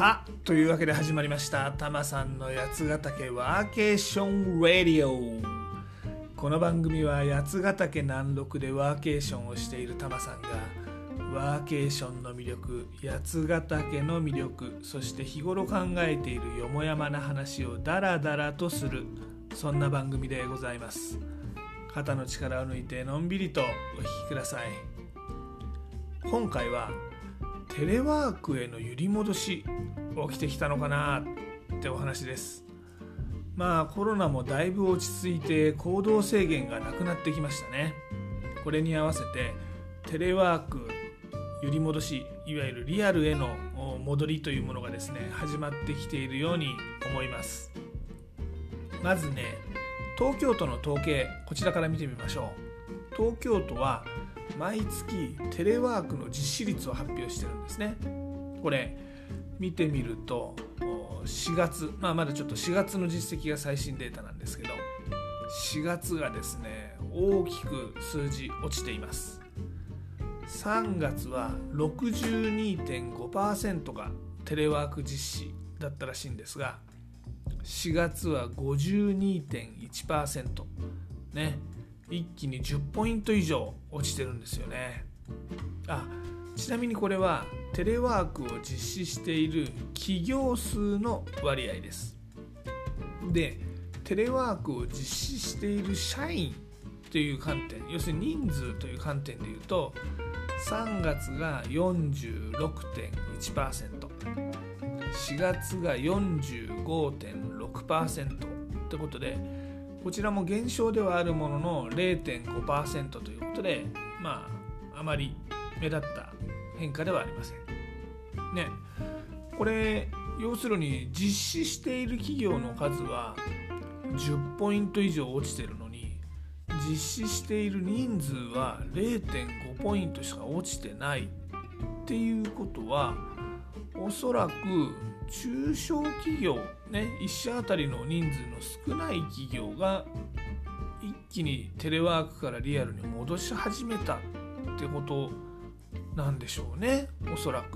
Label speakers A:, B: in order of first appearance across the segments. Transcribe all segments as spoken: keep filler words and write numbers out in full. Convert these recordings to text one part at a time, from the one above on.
A: さあというわけで始まりましたタマさんの八ヶ岳ワーケーションラディオ。この番組は八ヶ岳南麓でワーケーションをしているタマさんがワーケーションの魅力、八ヶ岳の魅力、そして日頃考えているよもやまな話をダラダラとする、そんな番組でございます。肩の力を抜いてのんびりとお聞きください。今回はテレワークへの揺り戻し起きてきたのかなってお話です。まあコロナもだいぶ落ち着いて行動制限がなくなってきましたね。これに合わせてテレワーク揺り戻し、いわゆるリアルへの戻りというものがですね始まってきているように思います。まずね、東京都の統計、こちらから見てみましょう。東京都は毎月テレワークの実施率を発表してるんですね。これ見てみるとしがつ、まあまだちょっとしがつの実績が最新データなんですけど、しがつがですね大きく数字落ちています。さんがつは ろくじゅうにてんごパーセント がテレワーク実施だったらしいんですが、しがつは ごじゅうにてんいちパーセント ね、一気にじゅっポイント以上落ちてるんですよね。あ、ちなみにこれはテレワークを実施している企業数の割合です。で、テレワークを実施している社員という観点、要するに人数という観点でいうと、さんがつが よんじゅうろくてんいちパーセント、しがつが よんじゅうごてんろくパーセント ってことで、こちらも減少ではあるものの れいてんごパーセント ということで、まああまり目立った変化ではありませんね。これ要するに実施している企業の数はじゅっポイント以上落ちてるのに、実施している人数は れいてんごポイントしか落ちてないっていうことは、おそらく中小企業ね、いっ社あたりの人数の少ない企業が一気にテレワークからリアルに戻し始めたってことなんでしょうね、おそらく。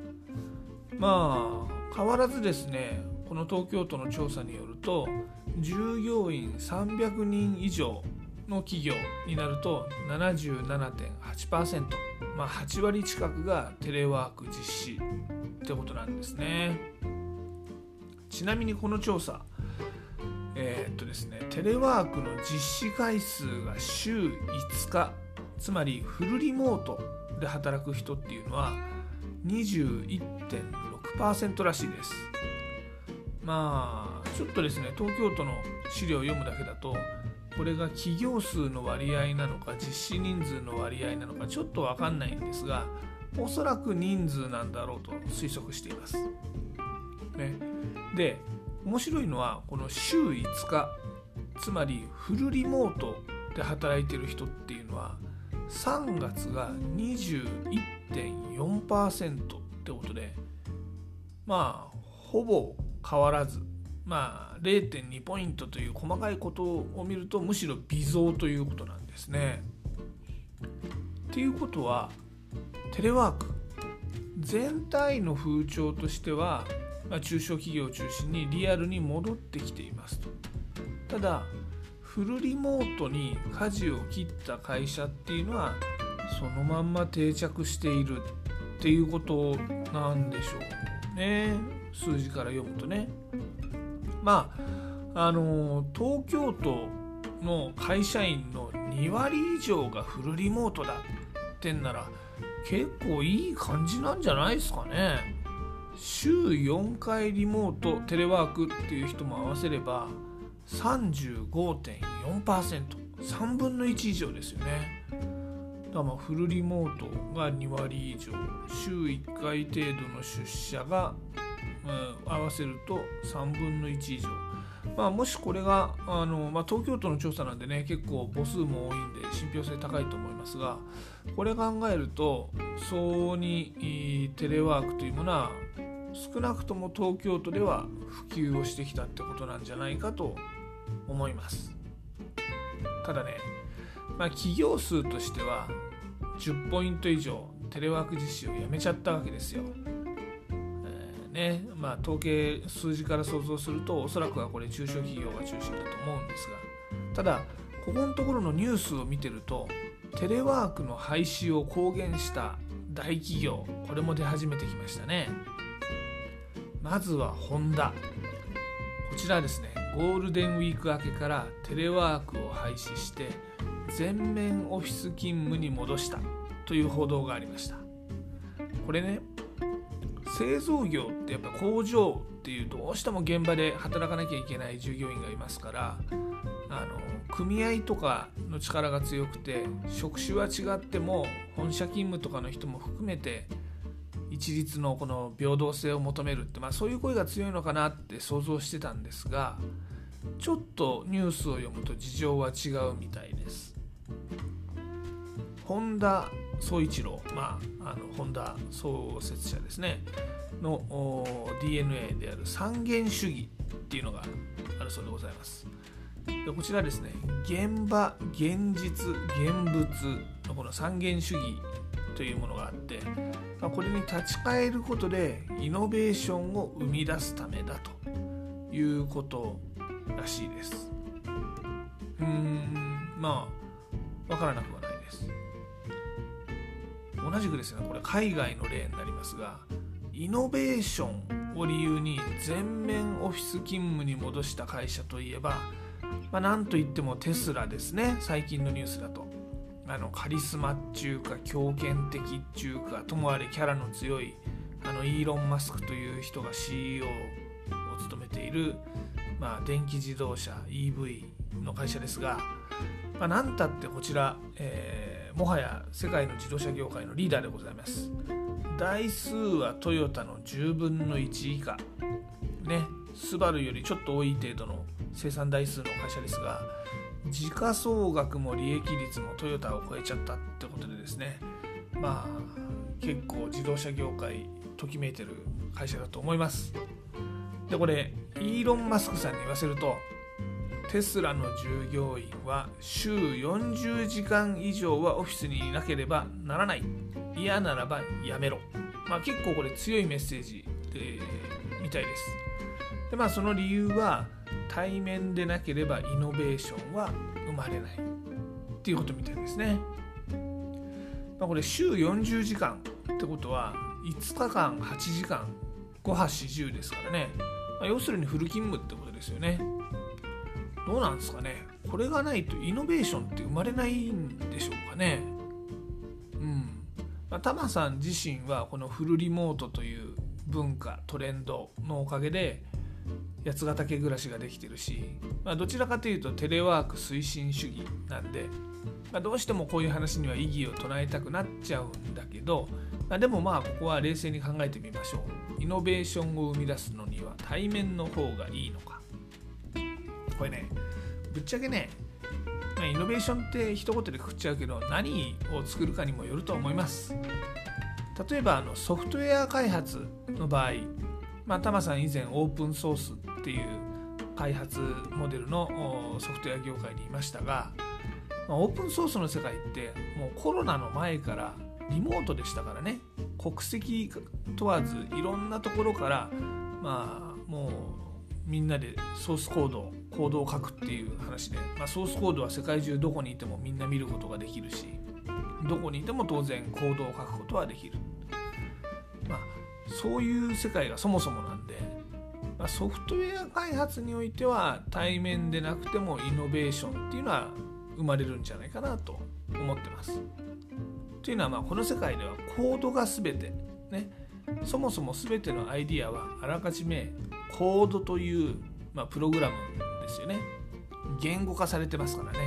A: まあ変わらずですね、この東京都の調査によると、従業員さんびゃくにん以上の企業になると ななじゅうななてんはちパーセント、まあはちわり近くがテレワーク実施ってことなんですね。ちなみにこの調査、えー、っとですね、テレワークの実施回数が週いつか、つまりフルリモートで働く人っていうのは にじゅういってんろくパーセント らしいです。まあちょっとですね、東京都の資料を読むだけだと、これが企業数の割合なのか実施人数の割合なのかちょっと分かんないんですが、おそらく人数なんだろうと推測しています、ね。で、面白いのはこの週いつか、つまりフルリモートで働いてる人っていうのはさんがつが にじゅういってんよんパーセント ってことで、まあほぼ変わらず、まあ れいてんにポイントという細かいことを見るとむしろ微増ということなんですね。っていうことはテレワーク全体の風潮としては、まあ、中小企業を中心にリアルに戻ってきていますと。ただフルリモートに舵を切った会社っていうのはそのまんま定着しているっていうことなんでしょうね、数字から読むとね。まああの東京都の会社員のにわり以上がフルリモートだってんなら結構いい感じなんじゃないですかね。週よんかいリモートテレワークっていう人も合わせれば さんじゅうごてんよんパーセント、 さんぶんのいち以上ですよね。だからまあフルリモートがにわり以上、週いっかい程度の出社が、うん、合わせるとさんぶんのいち以上。まあ、もしこれがあの、まあ、東京都の調査なんでね、結構母数も多いんで信憑性高いと思いますが、これ考えると相応にテレワークというものは少なくとも東京都では普及をしてきたってことなんじゃないかと思います。ただね、まあ、企業数としてはじゅっポイント以上テレワーク実施をやめちゃったわけですよ、えーね、まあ、統計数字から想像するとおそらくはこれ中小企業が中心だと思うんですが、ただここのところのニュースを見てるとテレワークの廃止を公言した大企業、これも出始めてきましたね。まずはホンダ、こちらですね、ゴールデンウィーク明けからテレワークを廃止して全面オフィス勤務に戻したという報道がありました。これね、製造業ってやっぱ工場っていうどうしても現場で働かなきゃいけない従業員がいますから、あの組合とかの力が強くて職種は違っても本社勤務とかの人も含めて一律のこの平等性を求めるって、まあ、そういう声が強いのかなって想像してたんですが、ちょっとニュースを読むと事情は違うみたいです。本田宗一郎、まあ、あの本田創設者ですねの ディーエヌエー である三元主義っていうのがあるそうでございます。でこちらですね、現場、現実、現物のこの三元主義というものがあって、まあ、これに立ち返ることでイノベーションを生み出すためだということらしいです。うーんまあわからなくはないです。同じくですね、これ海外の例になりますが、イノベーションを理由に全面オフィス勤務に戻した会社といえば、まあ、なんといってもテスラですね。最近のニュースだとあのカリスマっていうか強権的っていうかともあれキャラの強いあのイーロン・マスクという人が シーイーオー を務めている、まあ、電気自動車 イーブイ の会社ですが、まあ、なんたってこちら、えー、もはや世界の自動車業界のリーダーでございます。台数はトヨタのじゅうぶんのいち以下ね、スバルよりちょっと多い程度の生産台数の会社ですが、時価総額も利益率もトヨタを超えちゃったってことでですね、まあ結構自動車業界ときめいてる会社だと思います。でこれイーロン・マスクさんに言わせると、テスラの従業員は週よんじゅうじかん以上はオフィスにいなければならない、嫌ならばやめろ、まあ、結構これ強いメッセージでみたいです。で、まあ、その理由は対面でなければイノベーションは生まれないっていうことみたいですね。まあ、これ週よんじゅうじかんってことはいつかかんはちじかんごはちじゅうですからね、まあ、要するにフル勤務ってことですよね。どうなんですかね、これがないとイノベーションって生まれないんでしょうかね。うんまあ、タマさん自身はこのフルリモートという文化トレンドのおかげで八ヶ岳暮らしができてるし、まあ、どちらかというとテレワーク推進主義なんで、まあ、どうしてもこういう話には異議を唱えたくなっちゃうんだけど、まあ、でもまあここは冷静に考えてみましょう。イノベーションを生み出すのには対面の方がいいのか。これね、ぶっちゃけね、まあ、イノベーションって一言でくくっちゃうけど、何を作るかにもよると思います。例えばあのソフトウェア開発の場合、まあ、タマさん以前オープンソースっていう開発モデルのソフトウェア業界にいましたが、まあ、オープンソースの世界ってもうコロナの前からリモートでしたからね、国籍問わずいろんなところからまあもうみんなでソースコードコードを書くっていう話で、まあ、ソースコードは世界中どこにいてもみんな見ることができるし、どこにいても当然コードを書くことはできる、まあ、そういう世界がそもそもなんで、まあ、ソフトウェア開発においては対面でなくてもイノベーションっていうのは生まれるんじゃないかなと思ってます。というのは、まあこの世界ではコードが全てね、そもそも全てのアイディアはあらかじめコードという、まあ、プログラムですよね。言語化されてますからね。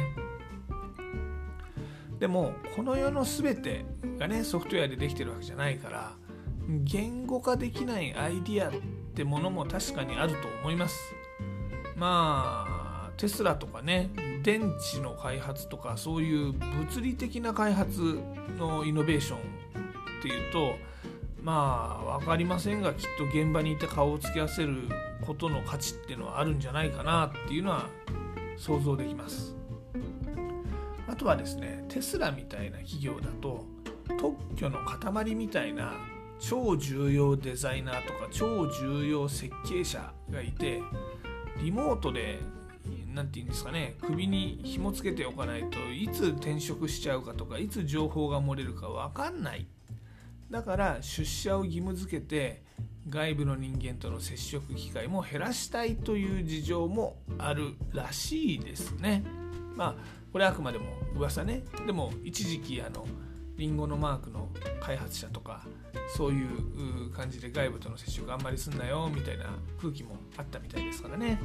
A: でもこの世の全てがねソフトウェアでできてるわけじゃないから、言語化できないアイディアってものも確かにあると思います。まあテスラとかね、電池の開発とかそういう物理的な開発のイノベーションっていうと、まあ分かりませんが、きっと現場にいて顔を突き合わせることの価値っていうのはあるんじゃないかなっていうのは想像できます。あとはですね、テスラみたいな企業だと特許の塊みたいな超重要デザイナーとか超重要設計者がいて、リモートでなんていうんですかね、首に紐つけておかないといつ転職しちゃうかとかいつ情報が漏れるか分かんない。だから出社を義務付けて外部の人間との接触機会も減らしたいという事情もあるらしいですね。まあこれはあくまでも噂ね。でも一時期あのリンゴのマークの開発者とかそういう感じで外部との接触あんまりすんなよみたいな空気もあったみたいですからね。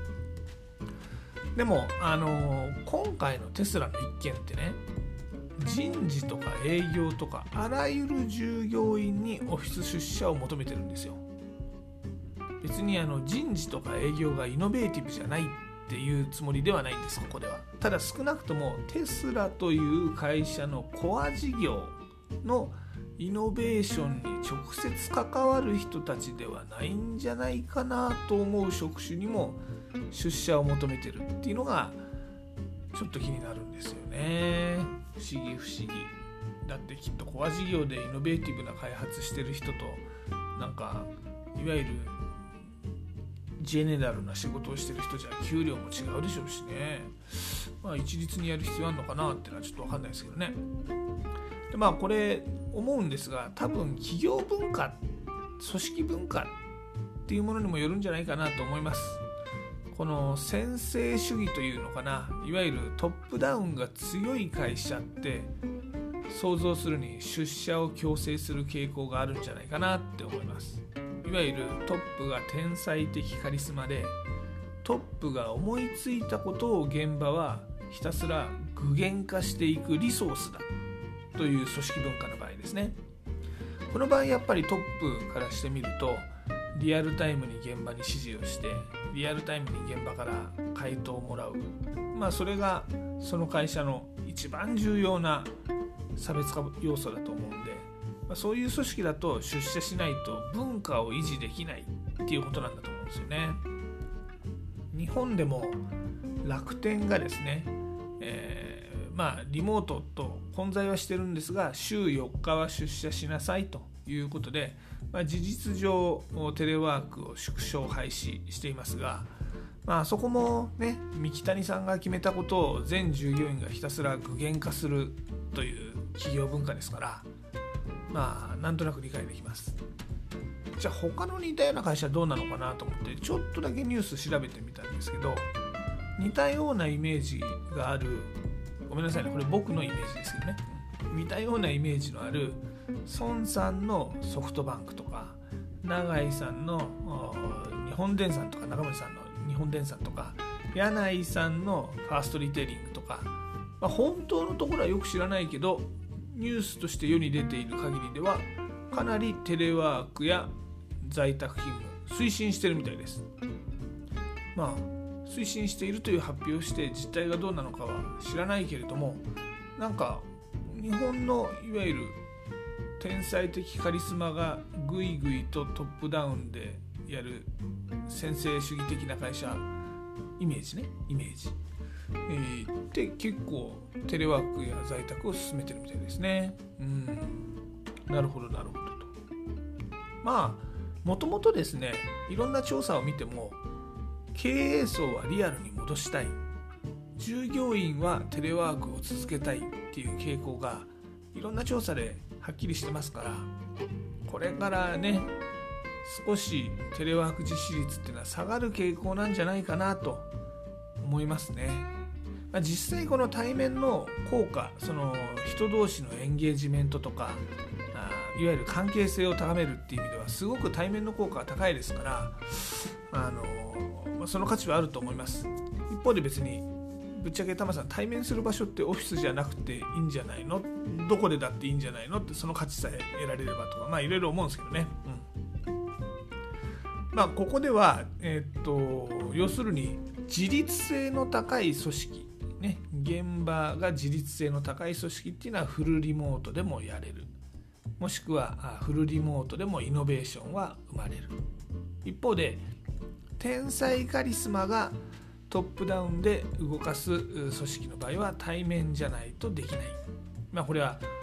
A: でもあの今回のテスラの一件ってね、人事とか営業とかあらゆる従業員にオフィス出社を求めてるんですよ。別にあの人事とか営業がイノベーティブじゃないっていうつもりではないんです、ここでは。ただ少なくともテスラという会社のコア事業のイノベーションに直接関わる人たちではないんじゃないかなと思う職種にも出社を求めてるっていうのがちょっと気になるんですよね。不思議不思議。だってきっとコア事業でイノベーティブな開発してる人となんかいわゆるジェネラルな仕事をしてる人じゃ給料も違うでしょうしね。まあ一律にやる必要あるのかなっていうのはちょっと分かんないですけどね。でまあこれ思うんですが、多分企業文化、組織文化っていうものにもよるんじゃないかなと思います。この専制主義というのかな、いわゆるトップダウンが強い会社って想像するに出社を強制する傾向があるんじゃないかなって思います。いわゆるトップが天才的カリスマで、トップが思いついたことを現場はひたすら具現化していくリソースだという組織文化の場合ですね。この場合やっぱりトップからしてみると、リアルタイムに現場に指示をしてリアルタイムに現場から回答をもらう、まあそれがその会社の一番重要な差別化要素だと思うんで、まあ、そういう組織だと出社しないと文化を維持できないっていうことなんだと思うんですよね。日本でも楽天がですね、えー、まあリモートと混在はしてるんですが、週よっかは出社しなさいということで、まあ、事実上テレワークを縮小廃止していますが、まあそこもね、三木谷さんが決めたことを全従業員がひたすら具現化するという企業文化ですから、まあなんとなく理解できます。じゃあ他の似たような会社はどうなのかなと思ってちょっとだけニュース調べてみたんですけど、似たようなイメージがある、ごめんなさいね、これ僕のイメージですけどね、似たようなイメージのある孫さんのソフトバンクとか、永井さんの日本電産とか、中森さんの日本電産とか、柳井さんのファーストリテイリングとか、まあ、本当のところはよく知らないけどニュースとして世に出ている限りではかなりテレワークや在宅勤務推進してるみたいです。まあ推進しているという発表をして実態がどうなのかは知らないけれども、なんか日本のいわゆる天才的カリスマがぐいぐいとトップダウンでやる専制主義的な会社イメージねイメージ、えー、で結構テレワークや在宅を進めてるみたいですね。うん、なるほどなるほどと。まあもともとですね、いろんな調査を見ても経営層はリアルに戻したい、従業員はテレワークを続けたいっていう傾向がいろんな調査ではっきりしてますから、これからね少しテレワーク実施率っていうのは下がる傾向なんじゃないかなと思いますね。まあ、実際この対面の効果、その人同士のエンゲージメントとかあいわゆる関係性を高めるっていう意味ではすごく対面の効果が高いですから、あの、まあ、その価値はあると思います。一方で別にぶっちゃけタマさん、対面する場所ってオフィスじゃなくていいんじゃないの、どこでだっていいんじゃないのって、その価値さえ得られればとか、まあいろいろ思うんですけどね、うん、まあここでは、えー、っと要するに自律性の高い組織ね、現場が自律性の高い組織っていうのはフルリモートでもやれる、もしくはフルリモートでもイノベーションは生まれる。一方で天才カリスマがトップダウンで動かす組織の場合は対面じゃないとできない。まあこれは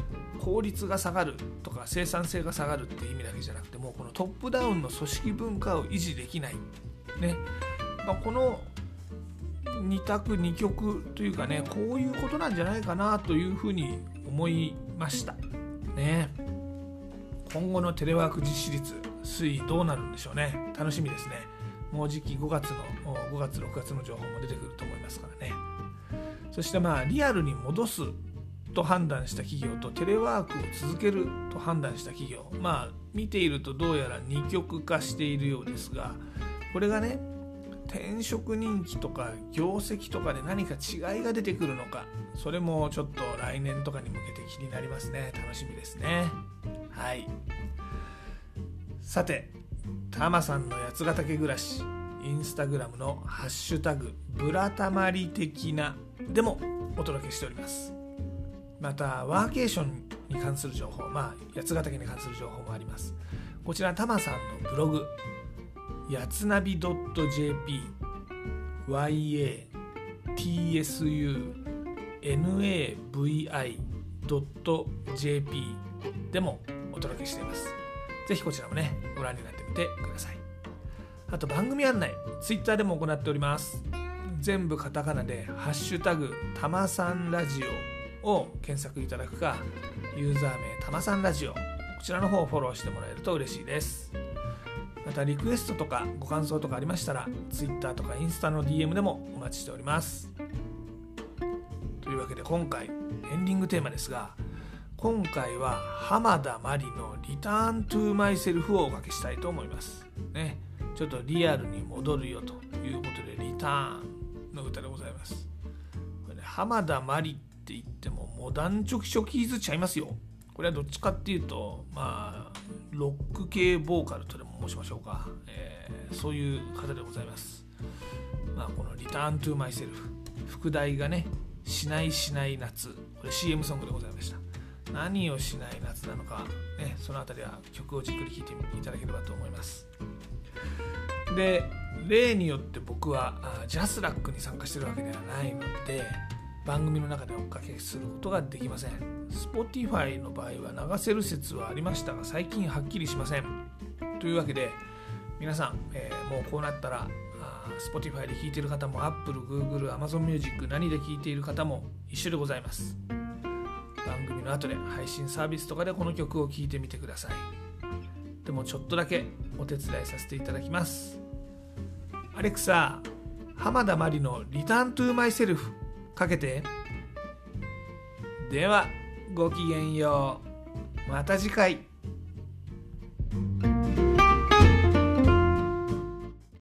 A: 効率が下がるとか生産性が下がるっていう意味だけじゃなくてもうこのトップダウンの組織文化を維持できない、ねまあ、このに択に極というかねこういうことなんじゃないかなというふうに思いましたね。今後のテレワーク実施率推移どうなるんでしょうね。楽しみですね。もうじきごがつのごがつろくがつの情報も出てくると思いますからね。そしてまあリアルに戻すと判断した企業とテレワークを続けると判断した企業、まあ見ているとどうやら二極化しているようですが、これがね転職人気とか業績とかで何か違いが出てくるのか、それもちょっと来年とかに向けて気になりますね。楽しみですね。はい。さて、タマさんの八ヶ岳暮らし、インスタグラムのハッシュタグブラタマリ的なでもお届けしております。またワーケーションに関する情報、まあ八ヶ岳に関する情報もあります。こちらタマさんのブログやつなび .jp ワイエーティーエスユーナビ ドット ジェーピー でもお届けしています。ぜひこちらもねご覧になってみてください。あと番組案内ツイッターでも行っております。全部カタカナでハッシュタグたまさんラジオを検索いただくか、ユーザー名たまさんラジオ、こちらの方をフォローしてもらえると嬉しいです。またリクエストとかご感想とかありましたら Twitter とかインスタの ディーエム でもお待ちしております。というわけで今回エンディングテーマですが、今回は浜田真理のリターントゥーマイセルフをおかけしたいと思いますね。ちょっとリアルに戻るよということでリターンの歌でございます。これ、ね、浜田真理って言ってもモダンチョキチョキーズちゃいますよ。これはどっちかっていうとまあロック系ボーカルとでも申しましょうか、えー、そういう方でございます。まあこのリターントゥーマイセルフ、副題がねしないしない夏、これ シーエム ソングでございました。何をしない夏なのか、ね、そのあたりは曲をじっくり聴いていただければと思います。で例によって僕はジャスラックに参加しているわけではないので番組の中でおかけすることができません。 Spotify の場合は流せる説はありましたが最近はっきりしません。というわけで皆さん、えー、もうこうなったらSpotify で聴いている方も Apple、Google、Amazon Music 何で聴いている方も一緒でございます。番組の後で配信サービスとかでこの曲を聴いてみてください。でもちょっとだけお手伝いさせていただきます。アレクサ、浜田真理のリターントゥーマイセルフかけて。ではごきげんよう。また次回。